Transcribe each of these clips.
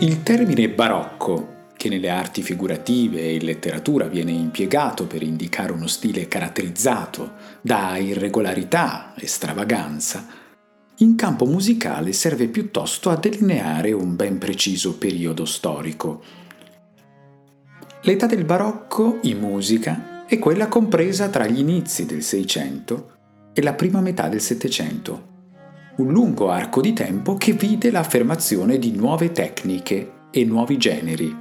Il termine barocco, che nelle arti figurative e in letteratura viene impiegato per indicare uno stile caratterizzato da irregolarità e stravaganza, in campo musicale serve piuttosto a delineare un ben preciso periodo storico. L'età del barocco in musica è quella compresa tra gli inizi del Seicento e la prima metà del Settecento, un lungo arco di tempo che vide l'affermazione di nuove tecniche e nuovi generi.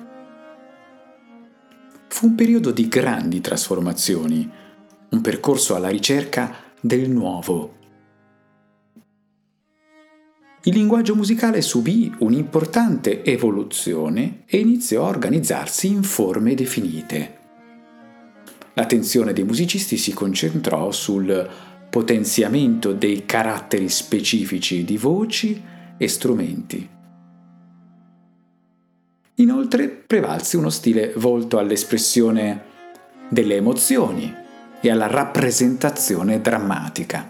Fu un periodo di grandi trasformazioni, un percorso alla ricerca del nuovo. Il linguaggio musicale subì un'importante evoluzione e iniziò a organizzarsi in forme definite. L'attenzione dei musicisti si concentrò sul potenziamento dei caratteri specifici di voci e strumenti. Inoltre prevalse uno stile volto all'espressione delle emozioni e alla rappresentazione drammatica.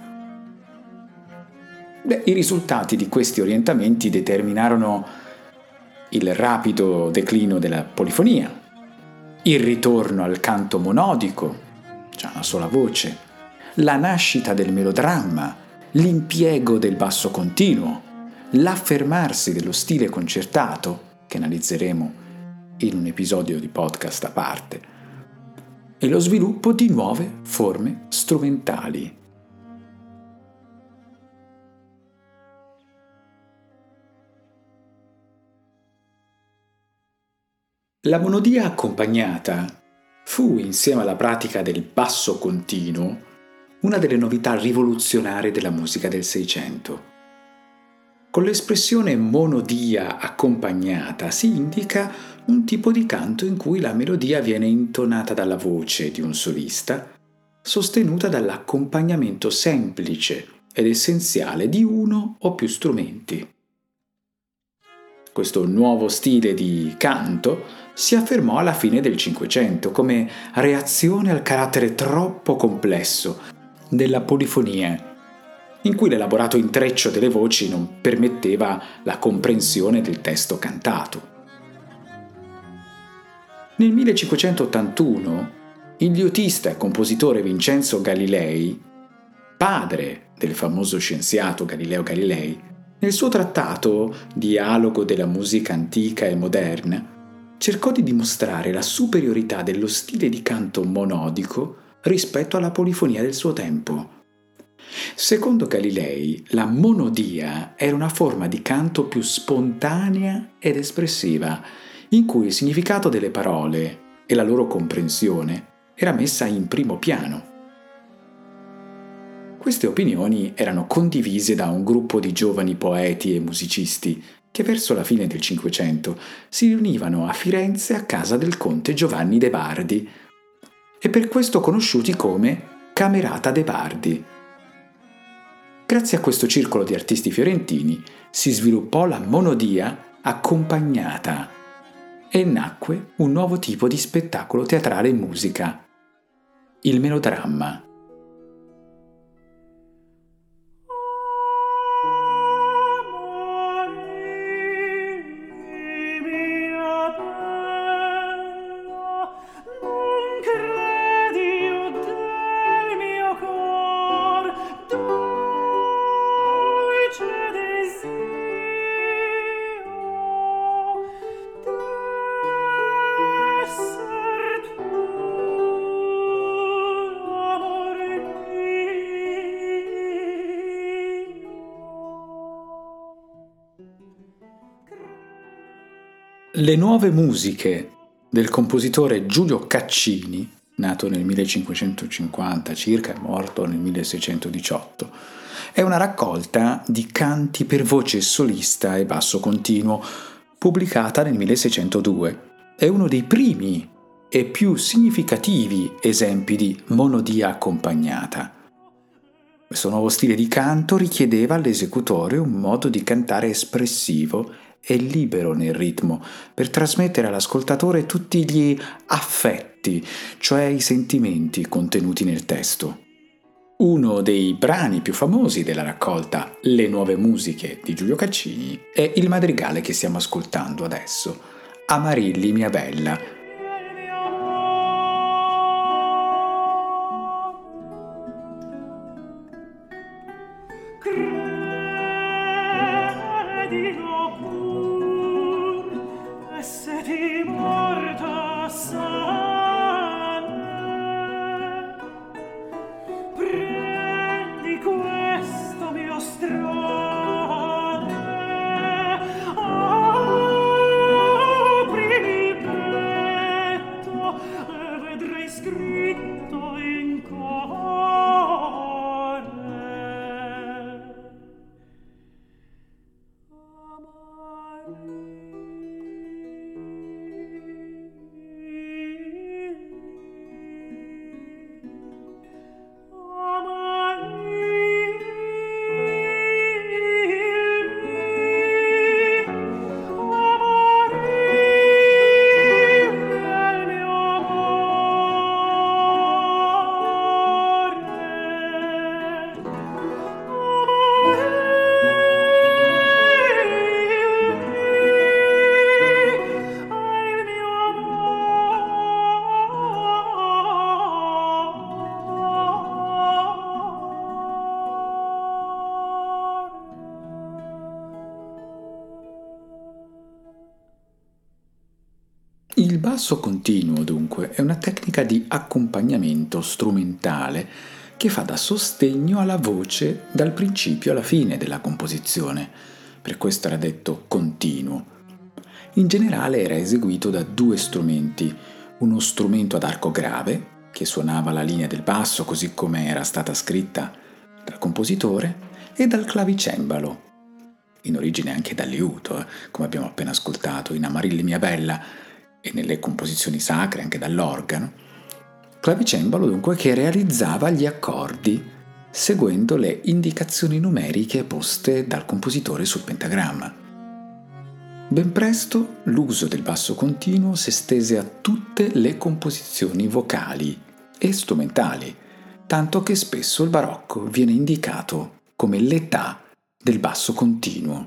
I risultati di questi orientamenti determinarono il rapido declino della polifonia, il ritorno al canto monodico, cioè una sola voce, la nascita del melodramma, l'impiego del basso continuo, l'affermarsi dello stile concertato, che analizzeremo in un episodio di podcast a parte, e lo sviluppo di nuove forme strumentali. La monodia accompagnata fu, insieme alla pratica del basso continuo, una delle novità rivoluzionarie della musica del Seicento. Con l'espressione monodia accompagnata si indica un tipo di canto in cui la melodia viene intonata dalla voce di un solista, sostenuta dall'accompagnamento semplice ed essenziale di uno o più strumenti. Questo nuovo stile di canto si affermò alla fine del Cinquecento come reazione al carattere troppo complesso della polifonia, in cui l'elaborato intreccio delle voci non permetteva la comprensione del testo cantato. Nel 1581 il liutista e compositore Vincenzo Galilei, padre del famoso scienziato Galileo Galilei, nel suo trattato Dialogo della musica antica e moderna, cercò di dimostrare la superiorità dello stile di canto monodico rispetto alla polifonia del suo tempo. Secondo Galilei, la monodia era una forma di canto più spontanea ed espressiva, in cui il significato delle parole e la loro comprensione era messa in primo piano. Queste opinioni erano condivise da un gruppo di giovani poeti e musicisti che verso la fine del Cinquecento si riunivano a Firenze a casa del conte Giovanni de Bardi e per questo conosciuti come Camerata de Bardi. Grazie a questo circolo di artisti fiorentini si sviluppò la monodia accompagnata e nacque un nuovo tipo di spettacolo teatrale e musica, il melodramma. Le nuove musiche del compositore Giulio Caccini, nato nel 1550 circa e morto nel 1618, è una raccolta di canti per voce solista e basso continuo, pubblicata nel 1602. È uno dei primi e più significativi esempi di monodia accompagnata. Questo nuovo stile di canto richiedeva all'esecutore un modo di cantare espressivo e libero nel ritmo, per trasmettere all'ascoltatore tutti gli affetti, cioè i sentimenti contenuti nel testo. Uno dei brani più famosi della raccolta Le nuove musiche di Giulio Caccini è il madrigale che stiamo ascoltando adesso, Amarilli mia bella. Il basso continuo, dunque, è una tecnica di accompagnamento strumentale che fa da sostegno alla voce dal principio alla fine della composizione. Per questo era detto continuo. In generale era eseguito da due strumenti, uno strumento ad arco grave, che suonava la linea del basso così come era stata scritta dal compositore, e dal clavicembalo, in origine anche dal liuto, come abbiamo appena ascoltato in Amarilli mia bella, e nelle composizioni sacre anche dall'organo. Clavicembalo dunque che realizzava gli accordi seguendo le indicazioni numeriche poste dal compositore sul pentagramma. Ben presto l'uso del basso continuo si estese a tutte le composizioni vocali e strumentali, tanto che spesso il barocco viene indicato come l'età del basso continuo.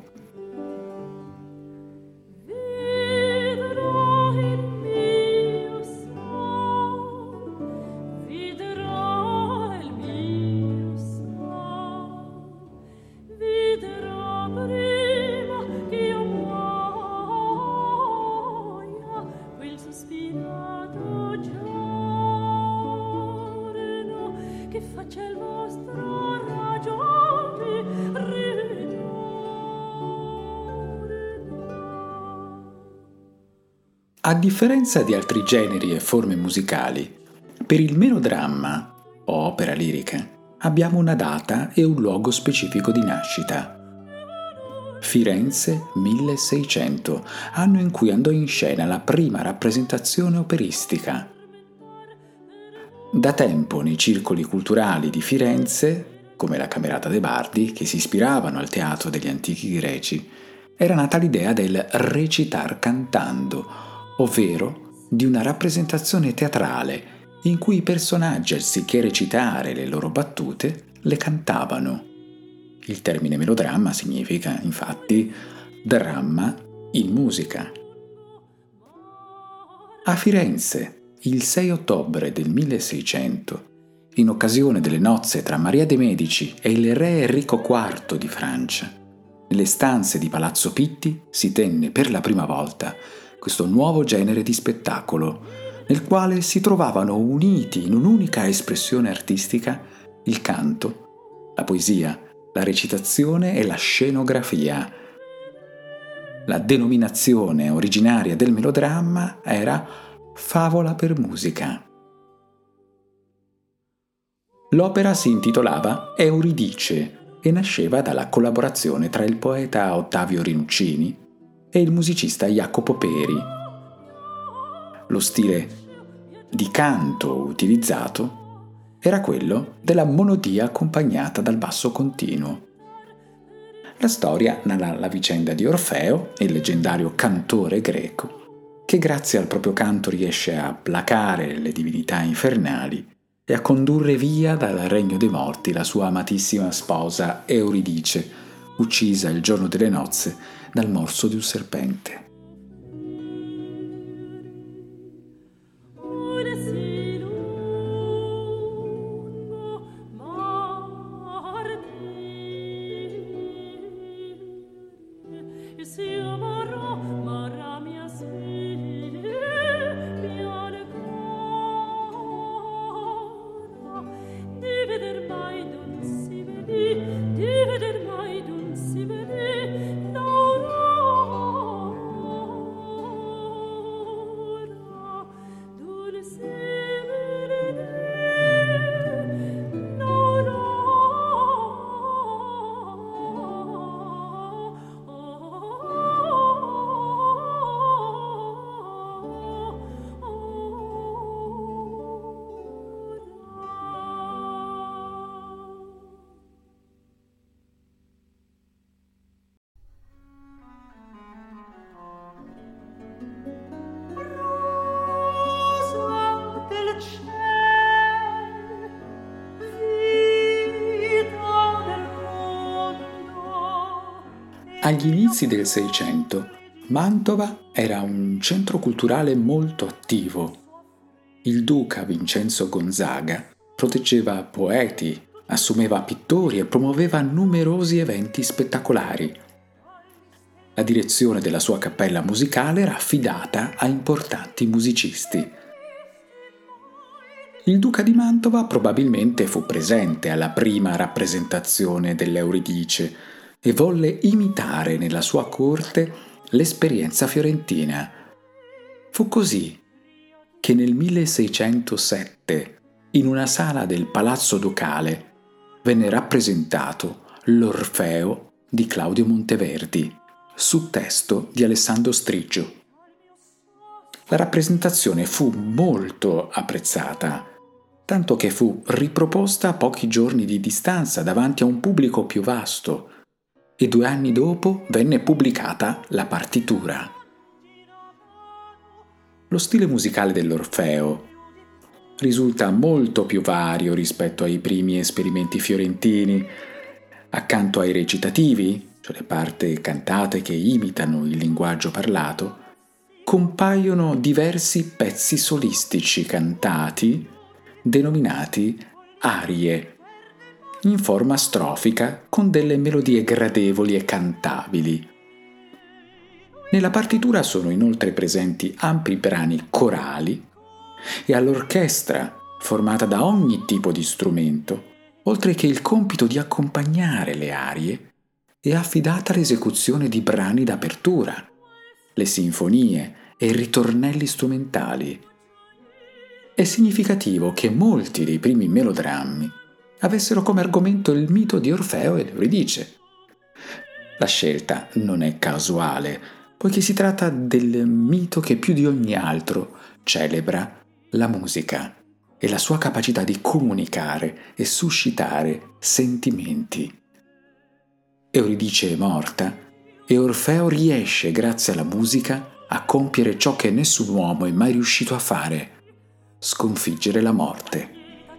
A differenza di altri generi e forme musicali, per il melodramma o opera lirica abbiamo una data e un luogo specifico di nascita. Firenze 1600, anno in cui andò in scena la prima rappresentazione operistica. Da tempo nei circoli culturali di Firenze, come la Camerata dei Bardi, che si ispiravano al teatro degli antichi greci, era nata l'idea del recitar cantando, ovvero di una rappresentazione teatrale in cui i personaggi, anziché recitare le loro battute, le cantavano. Il termine melodramma significa, infatti, dramma in musica. A Firenze, il 6 ottobre del 1600, in occasione delle nozze tra Maria de' Medici e il re Enrico IV di Francia, nelle stanze di Palazzo Pitti si tenne per la prima volta questo nuovo genere di spettacolo, nel quale si trovavano uniti in un'unica espressione artistica il canto, la poesia, la recitazione e la scenografia. La denominazione originaria del melodramma era favola per musica. L'opera si intitolava Euridice e nasceva dalla collaborazione tra il poeta Ottavio Rinuccini e il musicista Jacopo Peri. Lo stile di canto utilizzato era quello della monodia accompagnata dal basso continuo. La storia narra la vicenda di Orfeo, il leggendario cantore greco, che grazie al proprio canto riesce a placare le divinità infernali e a condurre via dal regno dei morti la sua amatissima sposa Euridice, uccisa il giorno delle nozze dal morso di un serpente. Agli inizi del Seicento, Mantova era un centro culturale molto attivo. Il duca Vincenzo Gonzaga proteggeva poeti, assumeva pittori e promuoveva numerosi eventi spettacolari. La direzione della sua cappella musicale era affidata a importanti musicisti. Il duca di Mantova probabilmente fu presente alla prima rappresentazione dell'Euridice e volle imitare nella sua corte l'esperienza fiorentina. Fu così che nel 1607, in una sala del Palazzo Ducale, venne rappresentato l'Orfeo di Claudio Monteverdi, su testo di Alessandro Striggio. La rappresentazione fu molto apprezzata, tanto che fu riproposta a pochi giorni di distanza davanti a un pubblico più vasto, e 2 anni dopo venne pubblicata la partitura. Lo stile musicale dell'Orfeo risulta molto più vario rispetto ai primi esperimenti fiorentini. Accanto ai recitativi, cioè le parti cantate che imitano il linguaggio parlato, compaiono diversi pezzi solistici cantati, denominati arie, in forma strofica con delle melodie gradevoli e cantabili. Nella partitura sono inoltre presenti ampi brani corali e all'orchestra, formata da ogni tipo di strumento, oltre che il compito di accompagnare le arie, è affidata l'esecuzione di brani d'apertura, le sinfonie e i ritornelli strumentali. È significativo che molti dei primi melodrammi avessero come argomento il mito di Orfeo ed Euridice. La scelta non è casuale, poiché si tratta del mito che più di ogni altro celebra la musica e la sua capacità di comunicare e suscitare sentimenti. Euridice è morta e Orfeo riesce, grazie alla musica, a compiere ciò che nessun uomo è mai riuscito a fare: sconfiggere la morte.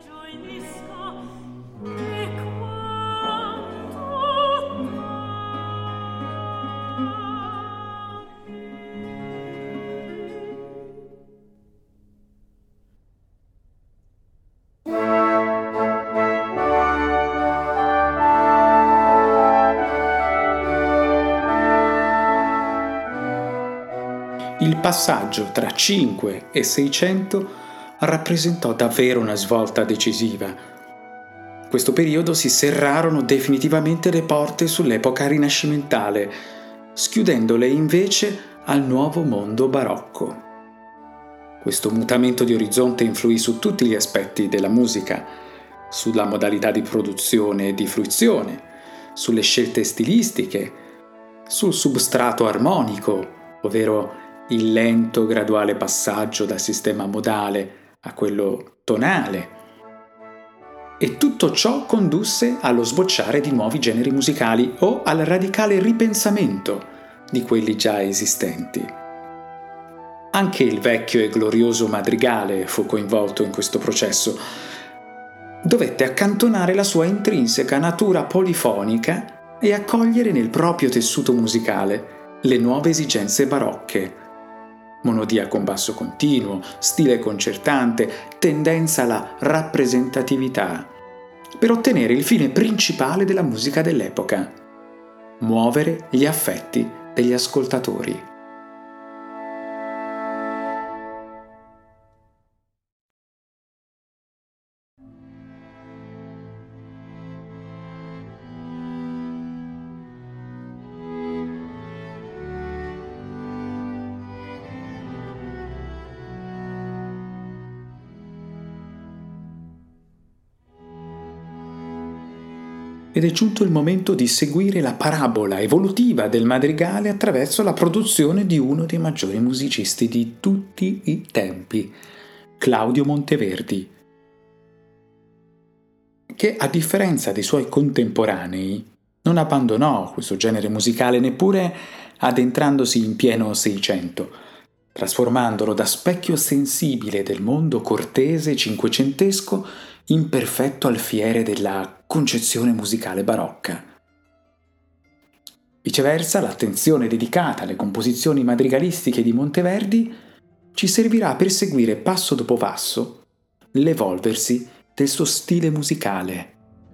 Il passaggio tra 5 e 600 rappresentò davvero una svolta decisiva. In questo periodo si serrarono definitivamente le porte sull'epoca rinascimentale, schiudendole invece al nuovo mondo barocco. Questo mutamento di orizzonte influì su tutti gli aspetti della musica, sulla modalità di produzione e di fruizione, sulle scelte stilistiche, sul substrato armonico, ovvero il lento graduale passaggio dal sistema modale a quello tonale. E tutto ciò condusse allo sbocciare di nuovi generi musicali o al radicale ripensamento di quelli già esistenti. Anche il vecchio e glorioso madrigale fu coinvolto in questo processo, dovette accantonare la sua intrinseca natura polifonica e accogliere nel proprio tessuto musicale le nuove esigenze barocche. Monodia con basso continuo, stile concertante, tendenza alla rappresentatività, per ottenere il fine principale della musica dell'epoca: muovere gli affetti degli ascoltatori. Ed è giunto il momento di seguire la parabola evolutiva del madrigale attraverso la produzione di uno dei maggiori musicisti di tutti i tempi, Claudio Monteverdi, che, a differenza dei suoi contemporanei, non abbandonò questo genere musicale neppure addentrandosi in pieno Seicento, trasformandolo da specchio sensibile del mondo cortese cinquecentesco in perfetto alfiere della concezione musicale barocca. Viceversa, l'attenzione dedicata alle composizioni madrigalistiche di Monteverdi ci servirà per seguire passo dopo passo l'evolversi del suo stile musicale.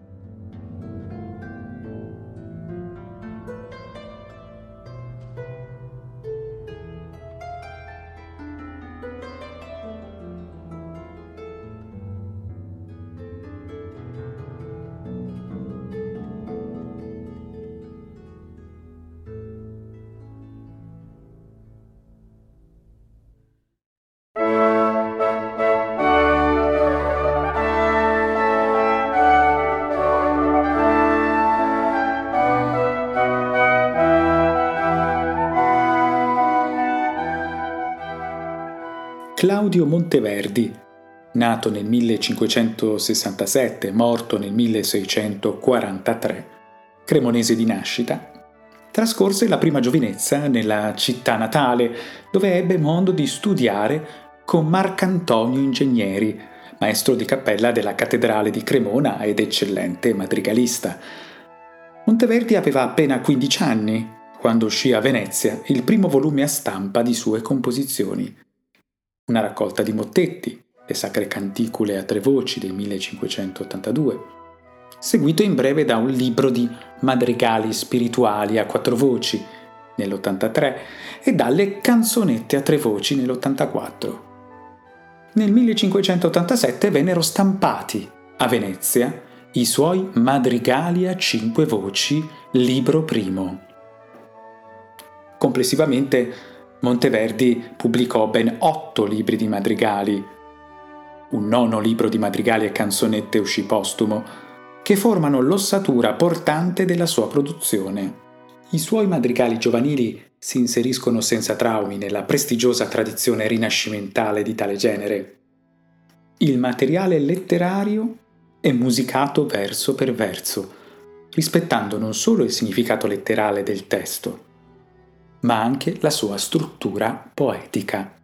Claudio Monteverdi, nato nel 1567, morto nel 1643, cremonese di nascita, trascorse la prima giovinezza nella città natale, dove ebbe modo di studiare con Marcantonio Ingegneri, maestro di cappella della cattedrale di Cremona ed eccellente madrigalista. Monteverdi aveva appena 15 anni quando uscì a Venezia il primo volume a stampa di sue composizioni. Una raccolta di mottetti, le Sacre Canticule a tre voci del 1582, seguito in breve da un libro di madrigali spirituali a quattro voci nell'83 e dalle canzonette a tre voci nell'84. Nel 1587 vennero stampati a Venezia i suoi madrigali a cinque voci, libro primo. Complessivamente Monteverdi pubblicò ben 8 libri di madrigali. Un nono libro di madrigali e canzonette uscì postumo, che formano l'ossatura portante della sua produzione. I suoi madrigali giovanili si inseriscono senza traumi nella prestigiosa tradizione rinascimentale di tale genere. Il materiale letterario è musicato verso per verso, rispettando non solo il significato letterale del testo, ma anche la sua struttura poetica.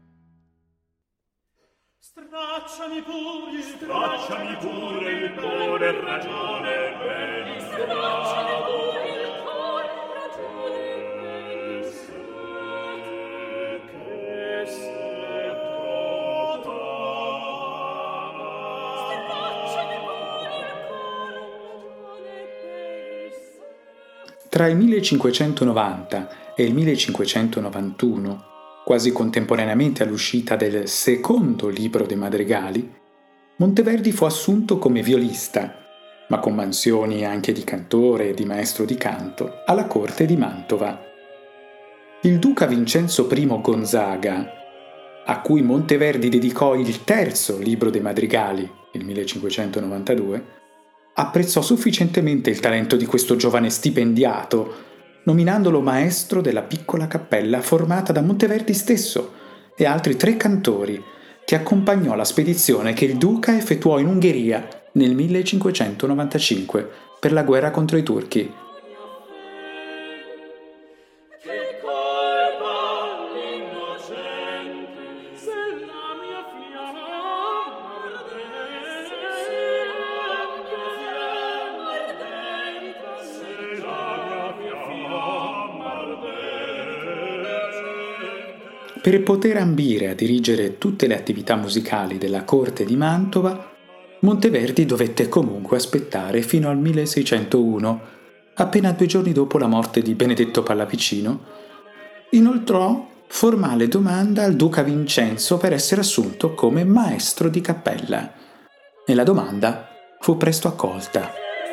Stracciami pure il cuore e ragione bene. Stracciami pure il cuore e ragione bene. Che se trota. Stracciami pure il cuore e ragione bene. Tra il 1590 e il 1591, quasi contemporaneamente all'uscita del secondo libro dei madrigali, Monteverdi fu assunto come violista, ma con mansioni anche di cantore e di maestro di canto, alla corte di Mantova. Il duca Vincenzo I Gonzaga, a cui Monteverdi dedicò il terzo libro dei madrigali, nel 1592, apprezzò sufficientemente il talento di questo giovane stipendiato, nominandolo maestro della piccola cappella formata da Monteverdi stesso e altri 3 cantori, che accompagnò la spedizione che il duca effettuò in Ungheria nel 1595 per la guerra contro i turchi. Per poter ambire a dirigere tutte le attività musicali della corte di Mantova, Monteverdi dovette comunque aspettare fino al 1601, appena 2 giorni dopo la morte di Benedetto Pallavicino, inoltrò formale domanda al duca Vincenzo per essere assunto come maestro di cappella, e la domanda fu presto accolta.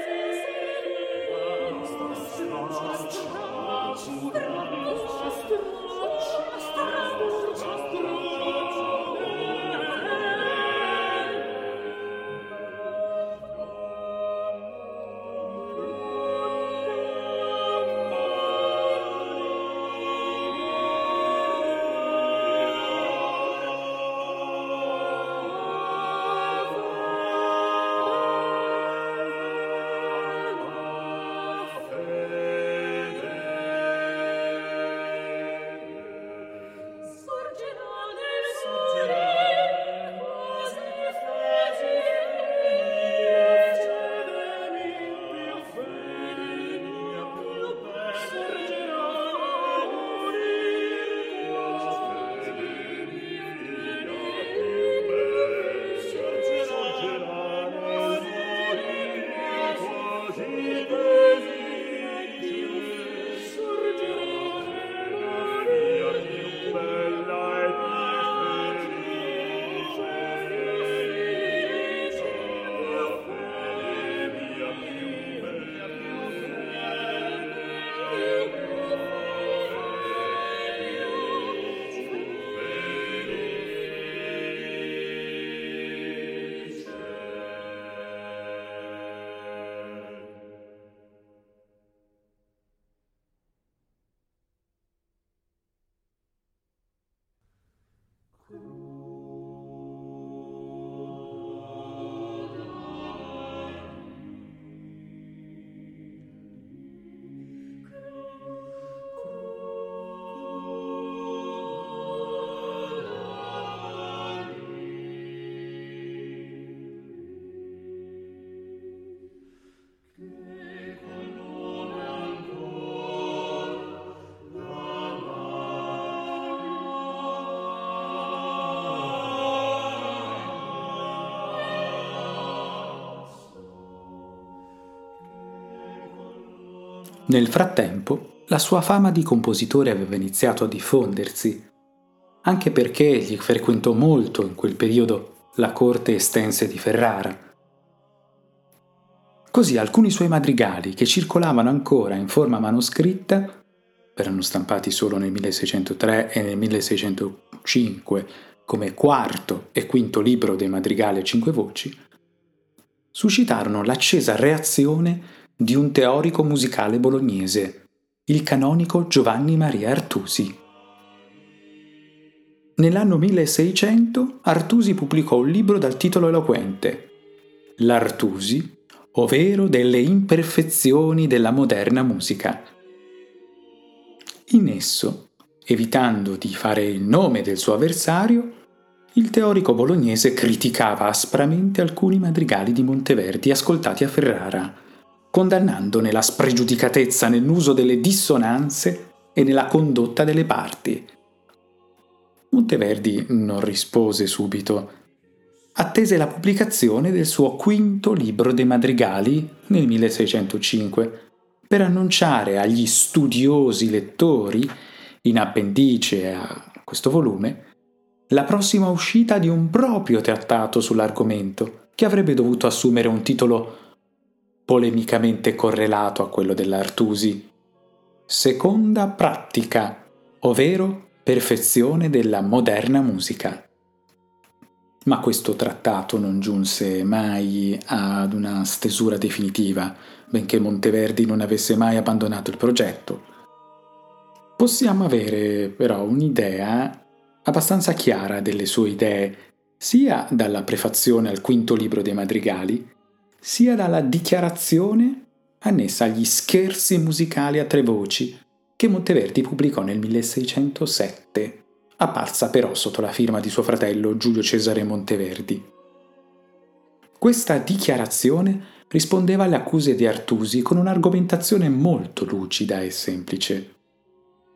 Nel frattempo, la sua fama di compositore aveva iniziato a diffondersi, anche perché gli frequentò molto in quel periodo la corte estense di Ferrara. Così alcuni suoi madrigali, che circolavano ancora in forma manoscritta, erano stampati solo nel 1603 e nel 1605 come quarto e quinto libro dei madrigali a 5 voci, suscitarono l'accesa reazione di un teorico musicale bolognese, il canonico Giovanni Maria Artusi. Nell'anno 1600 Artusi pubblicò un libro dal titolo eloquente L'Artusi, ovvero delle imperfezioni della moderna musica. In esso, evitando di fare il nome del suo avversario, il teorico bolognese criticava aspramente alcuni madrigali di Monteverdi ascoltati a Ferrara, condannandone la spregiudicatezza nell'uso delle dissonanze e nella condotta delle parti. Monteverdi non rispose subito. Attese la pubblicazione del suo quinto libro dei madrigali nel 1605 per annunciare agli studiosi lettori, in appendice a questo volume, la prossima uscita di un proprio trattato sull'argomento, che avrebbe dovuto assumere un titolo polemicamente correlato a quello dell'Artusi, Seconda Pratica, ovvero perfezione della moderna musica. Ma questo trattato non giunse mai ad una stesura definitiva, benché Monteverdi non avesse mai abbandonato il progetto. Possiamo avere però un'idea abbastanza chiara delle sue idee, sia dalla prefazione al quinto libro dei madrigali, sia dalla dichiarazione annessa agli scherzi musicali a 3 voci che Monteverdi pubblicò nel 1607, apparsa però sotto la firma di suo fratello Giulio Cesare Monteverdi. Questa dichiarazione rispondeva alle accuse di Artusi con un'argomentazione molto lucida e semplice.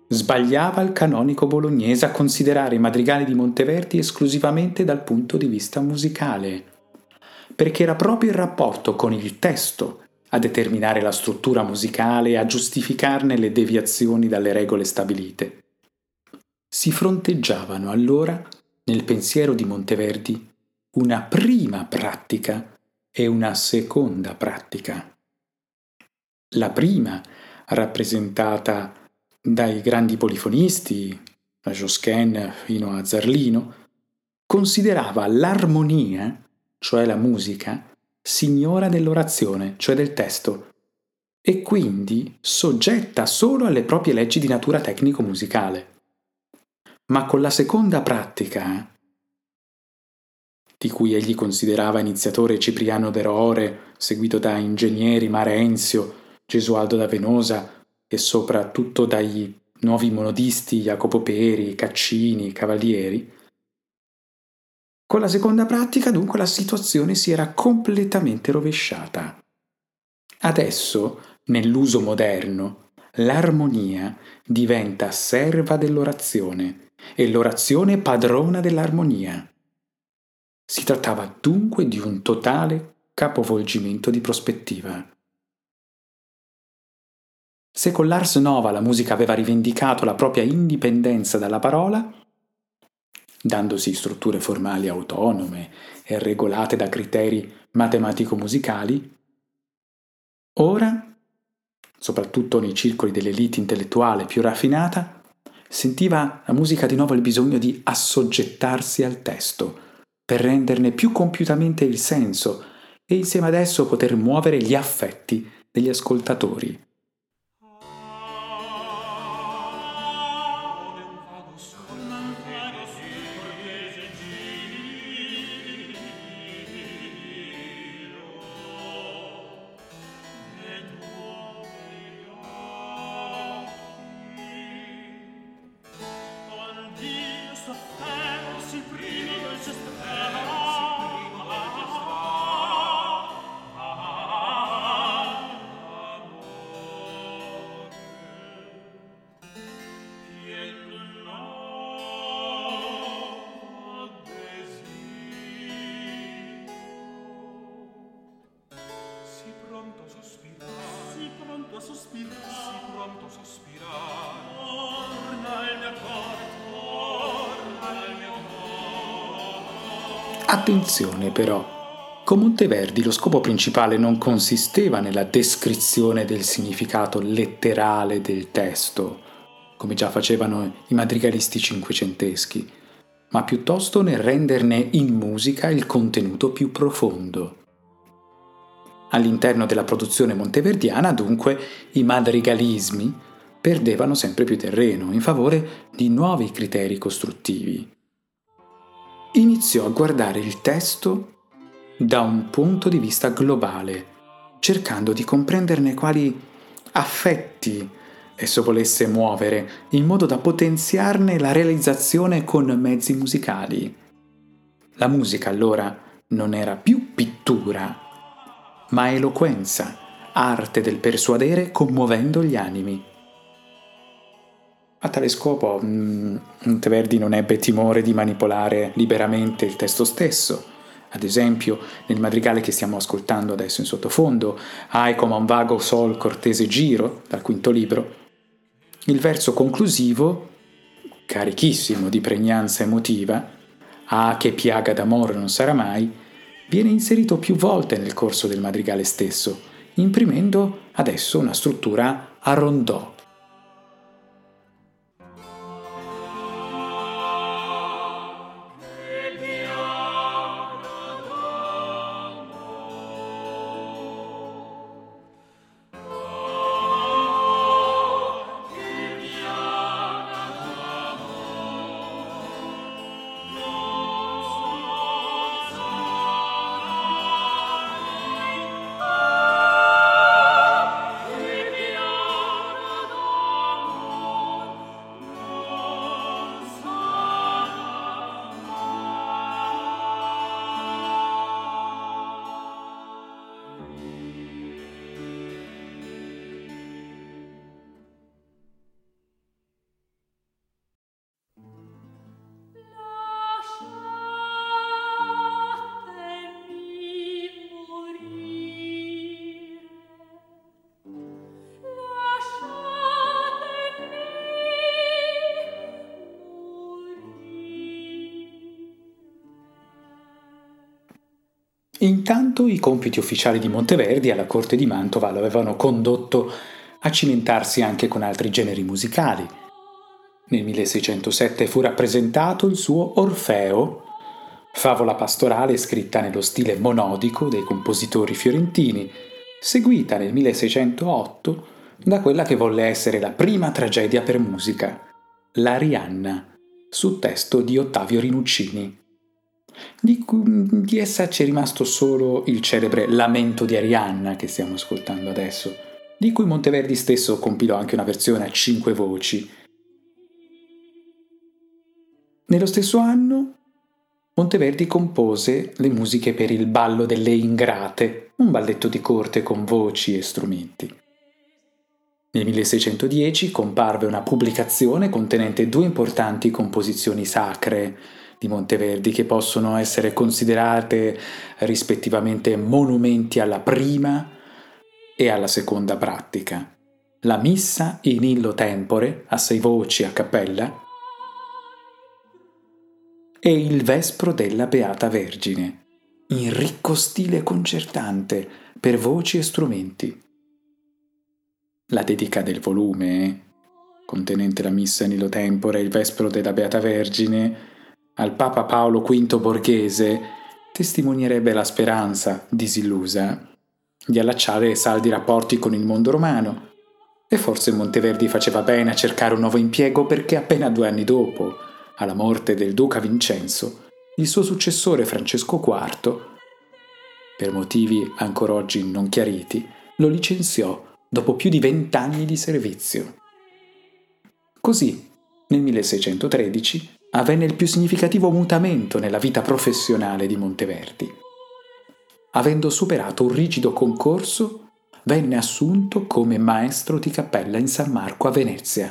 Sbagliava il canonico bolognese a considerare i madrigali di Monteverdi esclusivamente dal punto di vista musicale, perché era proprio il rapporto con il testo a determinare la struttura musicale e a giustificarne le deviazioni dalle regole stabilite. Si fronteggiavano allora, nel pensiero di Monteverdi, una prima pratica e una seconda pratica. La prima, rappresentata dai grandi polifonisti, da Josquin fino a Zarlino, considerava l'armonia, cioè la musica, signora dell'orazione, cioè del testo, e quindi soggetta solo alle proprie leggi di natura tecnico-musicale. Ma con la seconda pratica, di cui egli considerava iniziatore Cipriano de Roore, seguito da ingegneri Marenzio, Gesualdo da Venosa e soprattutto dai nuovi monodisti Jacopo Peri, Caccini, Cavalieri, con la seconda pratica dunque la situazione si era completamente rovesciata. Adesso, nell'uso moderno, l'armonia diventa serva dell'orazione e l'orazione padrona dell'armonia. Si trattava dunque di un totale capovolgimento di prospettiva. Se con l'Ars Nova la musica aveva rivendicato la propria indipendenza dalla parola, dandosi strutture formali autonome e regolate da criteri matematico-musicali, ora, soprattutto nei circoli dell'elite intellettuale più raffinata, sentiva la musica di nuovo il bisogno di assoggettarsi al testo, per renderne più compiutamente il senso e insieme ad esso poter muovere gli affetti degli ascoltatori. Attenzione però, con Monteverdi lo scopo principale non consisteva nella descrizione del significato letterale del testo, come già facevano i madrigalisti cinquecenteschi, ma piuttosto nel renderne in musica il contenuto più profondo. All'interno della produzione monteverdiana, dunque, i madrigalismi perdevano sempre più terreno in favore di nuovi criteri costruttivi. Iniziò a guardare il testo da un punto di vista globale, cercando di comprenderne quali affetti esso volesse muovere, in modo da potenziarne la realizzazione con mezzi musicali. La musica allora non era più pittura, ma eloquenza, arte del persuadere commuovendo gli animi. A tale scopo Monteverdi non ebbe timore di manipolare liberamente il testo stesso. Ad esempio, nel madrigale che stiamo ascoltando adesso in sottofondo, Ai come un vago sol cortese giro, dal quinto libro, il verso conclusivo, carichissimo di pregnanza emotiva, Ah che piaga d'amore non sarà mai, viene inserito più volte nel corso del madrigale stesso, imprimendo adesso una struttura a rondò. Intanto i compiti ufficiali di Monteverdi alla corte di Mantova lo avevano condotto a cimentarsi anche con altri generi musicali. Nel 1607 fu rappresentato il suo Orfeo, favola pastorale scritta nello stile monodico dei compositori fiorentini, seguita nel 1608 da quella che volle essere la prima tragedia per musica, l'Arianna, su testo di Ottavio Rinuccini. Di essa c'è rimasto solo il celebre Lamento di Arianna che stiamo ascoltando adesso, di cui Monteverdi stesso compilò anche una versione a 5 voci. Nello stesso anno Monteverdi compose le musiche per il Ballo delle Ingrate, un balletto di corte con voci e strumenti. Nel 1610 comparve una pubblicazione contenente 2 importanti composizioni sacre di Monteverdi che possono essere considerate rispettivamente monumenti alla prima e alla seconda pratica. La Missa in illo tempore, a 6 voci a cappella, e il Vespro della Beata Vergine, in ricco stile concertante, per voci e strumenti. La dedica del volume, contenente la Missa in illo tempore e il Vespro della Beata Vergine, al Papa Paolo V Borghese, testimonierebbe la speranza, disillusa, di allacciare saldi rapporti con il mondo romano. E forse Monteverdi faceva bene a cercare un nuovo impiego perché appena 2 anni dopo, alla morte del duca Vincenzo, il suo successore Francesco IV, per motivi ancora oggi non chiariti, lo licenziò dopo più di 20 anni di servizio. Così, nel 1613, avvenne il più significativo mutamento nella vita professionale di Monteverdi. Avendo superato un rigido concorso, venne assunto come maestro di cappella in San Marco a Venezia.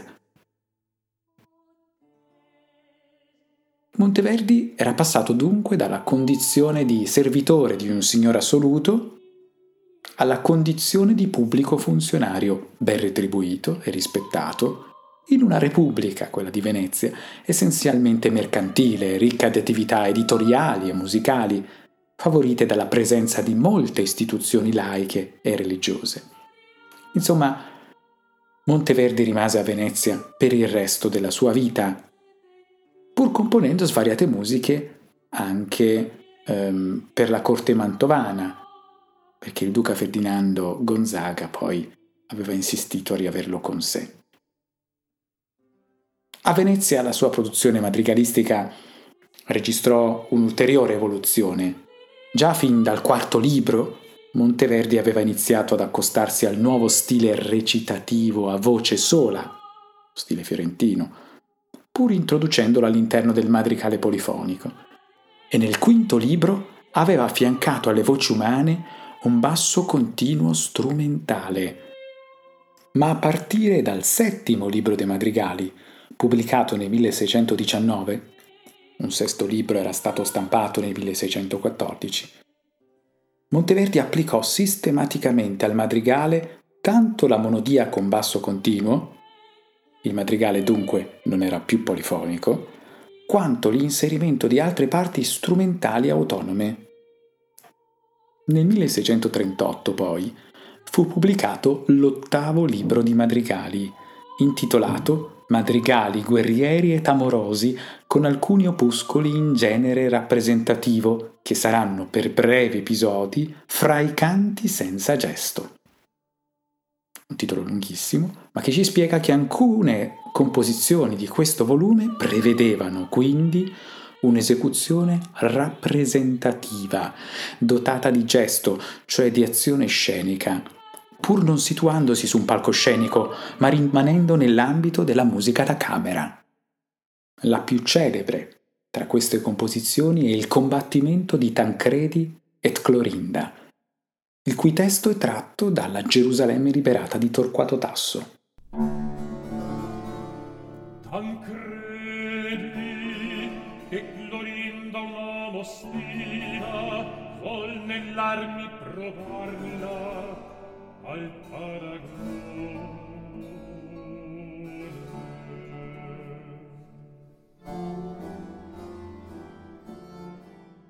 Monteverdi era passato dunque dalla condizione di servitore di un signore assoluto alla condizione di pubblico funzionario, ben retribuito e rispettato, in una repubblica, quella di Venezia, essenzialmente mercantile, ricca di attività editoriali e musicali, favorite dalla presenza di molte istituzioni laiche e religiose. Insomma, Monteverdi rimase a Venezia per il resto della sua vita, pur componendo svariate musiche anche per la corte mantovana, perché il duca Ferdinando Gonzaga poi aveva insistito a riaverlo con sé. A Venezia la sua produzione madrigalistica registrò un'ulteriore evoluzione. Già fin dal 4° libro, Monteverdi aveva iniziato ad accostarsi al nuovo stile recitativo a voce sola, stile fiorentino, pur introducendolo all'interno del madrigale polifonico. E nel 5° libro aveva affiancato alle voci umane un basso continuo strumentale. Ma a partire dal 7° libro dei madrigali, pubblicato nel 1619, un 6° libro era stato stampato nel 1614, Monteverdi applicò sistematicamente al madrigale tanto la monodia con basso continuo, il madrigale dunque non era più polifonico, quanto l'inserimento di altre parti strumentali autonome. Nel 1638, poi, fu pubblicato l'8° libro di madrigali, intitolato Madrigali guerrieri et amorosi, con alcuni opuscoli in genere rappresentativo, che saranno per brevi episodi fra i canti senza gesto. Un titolo lunghissimo, ma che ci spiega che alcune composizioni di questo volume prevedevano quindi un'esecuzione rappresentativa, dotata di gesto, cioè di azione scenica, pur non situandosi su un palcoscenico, ma rimanendo nell'ambito della musica da camera. La più celebre tra queste composizioni è il combattimento di Tancredi et Clorinda, il cui testo è tratto dalla Gerusalemme liberata di Torquato Tasso. Tancredi e Clorinda una mostina vol nell'armi provarla al paragone.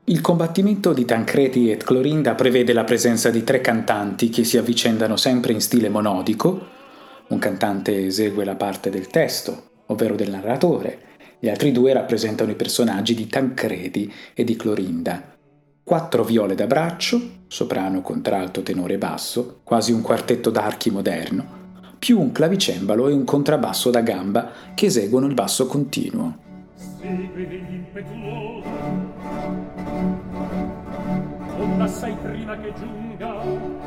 Il combattimento di Tancredi e Clorinda prevede la presenza di 3 cantanti che si avvicendano sempre in stile monodico. Un cantante esegue la parte del testo, ovvero del narratore. Gli altri 2 rappresentano i personaggi di Tancredi e di Clorinda. 4 viole da braccio, soprano, contralto, tenore e basso, quasi un quartetto d'archi moderno, più un clavicembalo e un contrabbasso da gamba che eseguono il basso continuo. Assai prima che giunga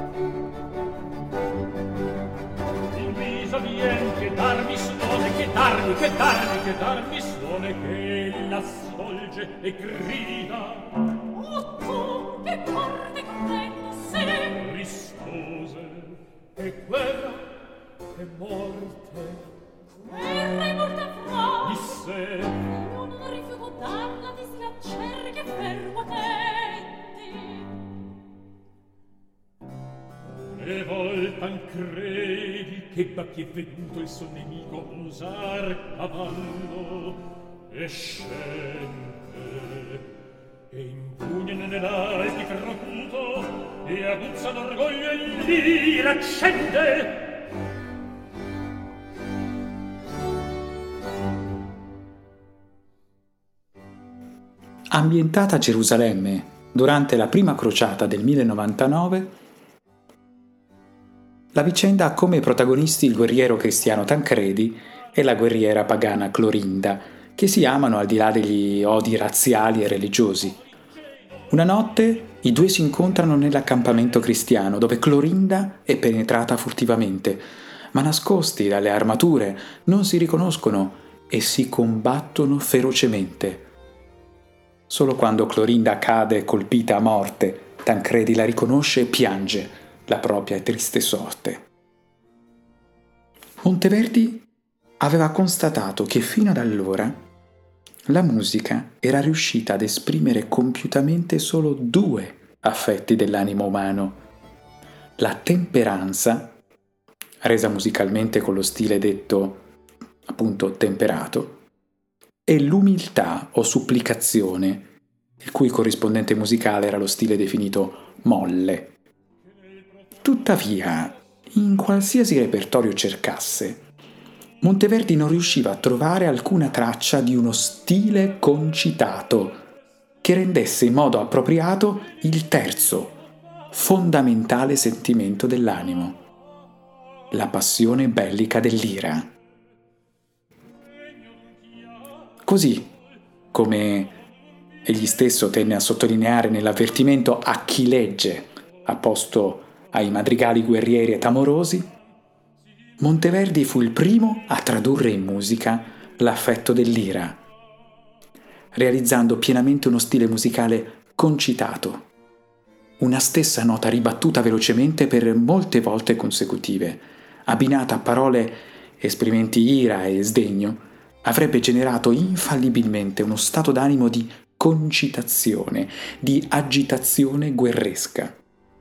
il viso vien che darmi suone, che darmi suone, che la svolge e grida. Oh tu, che corde correndo sei! Rispose, e guerra e morte. Guerra e morte avrò! Disse, non rifiuto darla di schiacciare che fermo attenti. E voltan credi che da chi è venuto il suo nemico usar cavallo e scende e impugnano nell'alti ferro acuto e aguzza d'orgoglio e l'ira accende. Ambientata a Gerusalemme durante la prima crociata del 1099, la vicenda ha come protagonisti il guerriero cristiano Tancredi e la guerriera pagana Clorinda, che si amano al di là degli odi razziali e religiosi. Una notte i 2 si incontrano nell'accampamento cristiano, dove Clorinda è penetrata furtivamente, ma nascosti dalle armature non si riconoscono e si combattono ferocemente. Solo quando Clorinda cade colpita a morte, Tancredi la riconosce e piange la propria triste sorte. Monteverdi aveva constatato che fino ad allora la musica era riuscita ad esprimere compiutamente solo 2 affetti dell'animo umano: la temperanza, resa musicalmente con lo stile detto appunto temperato, e l'umiltà o supplicazione, il cui corrispondente musicale era lo stile definito molle. Tuttavia, in qualsiasi repertorio cercasse, Monteverdi non riusciva a trovare alcuna traccia di uno stile concitato che rendesse in modo appropriato il terzo, fondamentale sentimento dell'animo: la passione bellica dell'ira. Così, come egli stesso tenne a sottolineare nell'avvertimento a chi legge, apposto ai madrigali guerrieri ed amorosi, Monteverdi fu il primo a tradurre in musica l'affetto dell'ira, realizzando pienamente uno stile musicale concitato, una stessa nota ribattuta velocemente per molte volte consecutive, abbinata a parole esprimenti ira e sdegno, avrebbe generato infallibilmente uno stato d'animo di concitazione, di agitazione guerresca.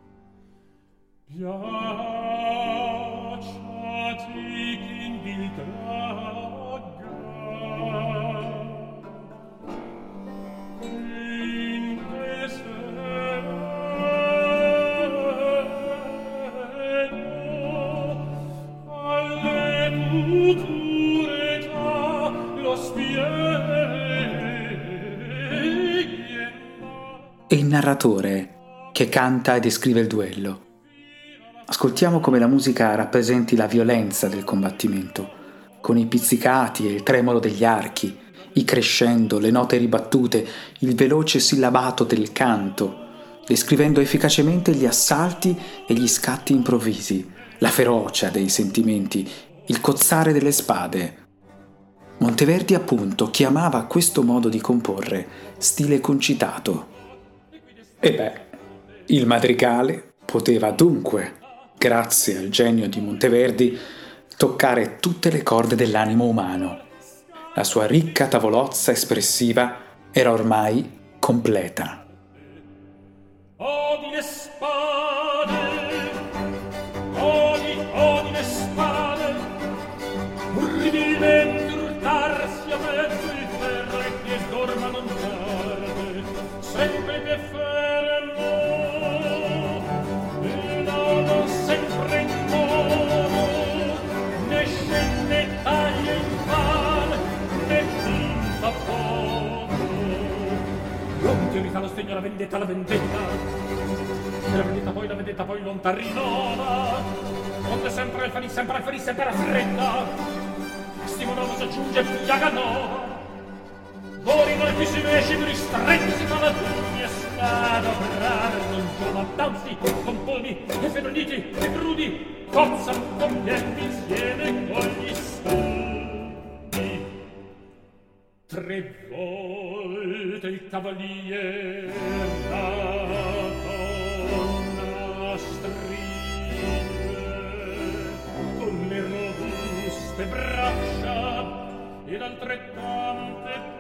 È il narratore che canta e descrive il duello. Ascoltiamo come la musica rappresenti la violenza del combattimento, con i pizzicati e il tremolo degli archi, i crescendo, le note ribattute, il veloce sillabato del canto, descrivendo efficacemente gli assalti e gli scatti improvvisi, la ferocia dei sentimenti, il cozzare delle spade. Monteverdi, appunto, chiamava questo modo di comporre stile concitato. E beh, il madrigale poteva dunque, grazie al genio di Monteverdi, toccare tutte le corde dell'animo umano. La sua ricca tavolozza espressiva era ormai completa. Odi le spade, odi le spade, urribilmente urtarsi a mezzo il ferro e che dorma non tarde, sempre per e fermo, e l'uomo sempre in modo, né scende taglia in pan, né finta poco. L'uomo mi fa lo stegno, la vendetta, la vendetta poi non t'arrinova, onde sempre il fanì, sempre la fretta, stimonoso aggiunge piaga nova. Ori noi qui si mesci, ristretti si fa la giugna, spada brava, non giova, danzi, con polmi, e fedoniti, e crudi, cozzano, compiendo insieme con gli studi. 3 volte il cavalier la donna stringe, con le robuste braccia, ed altrettante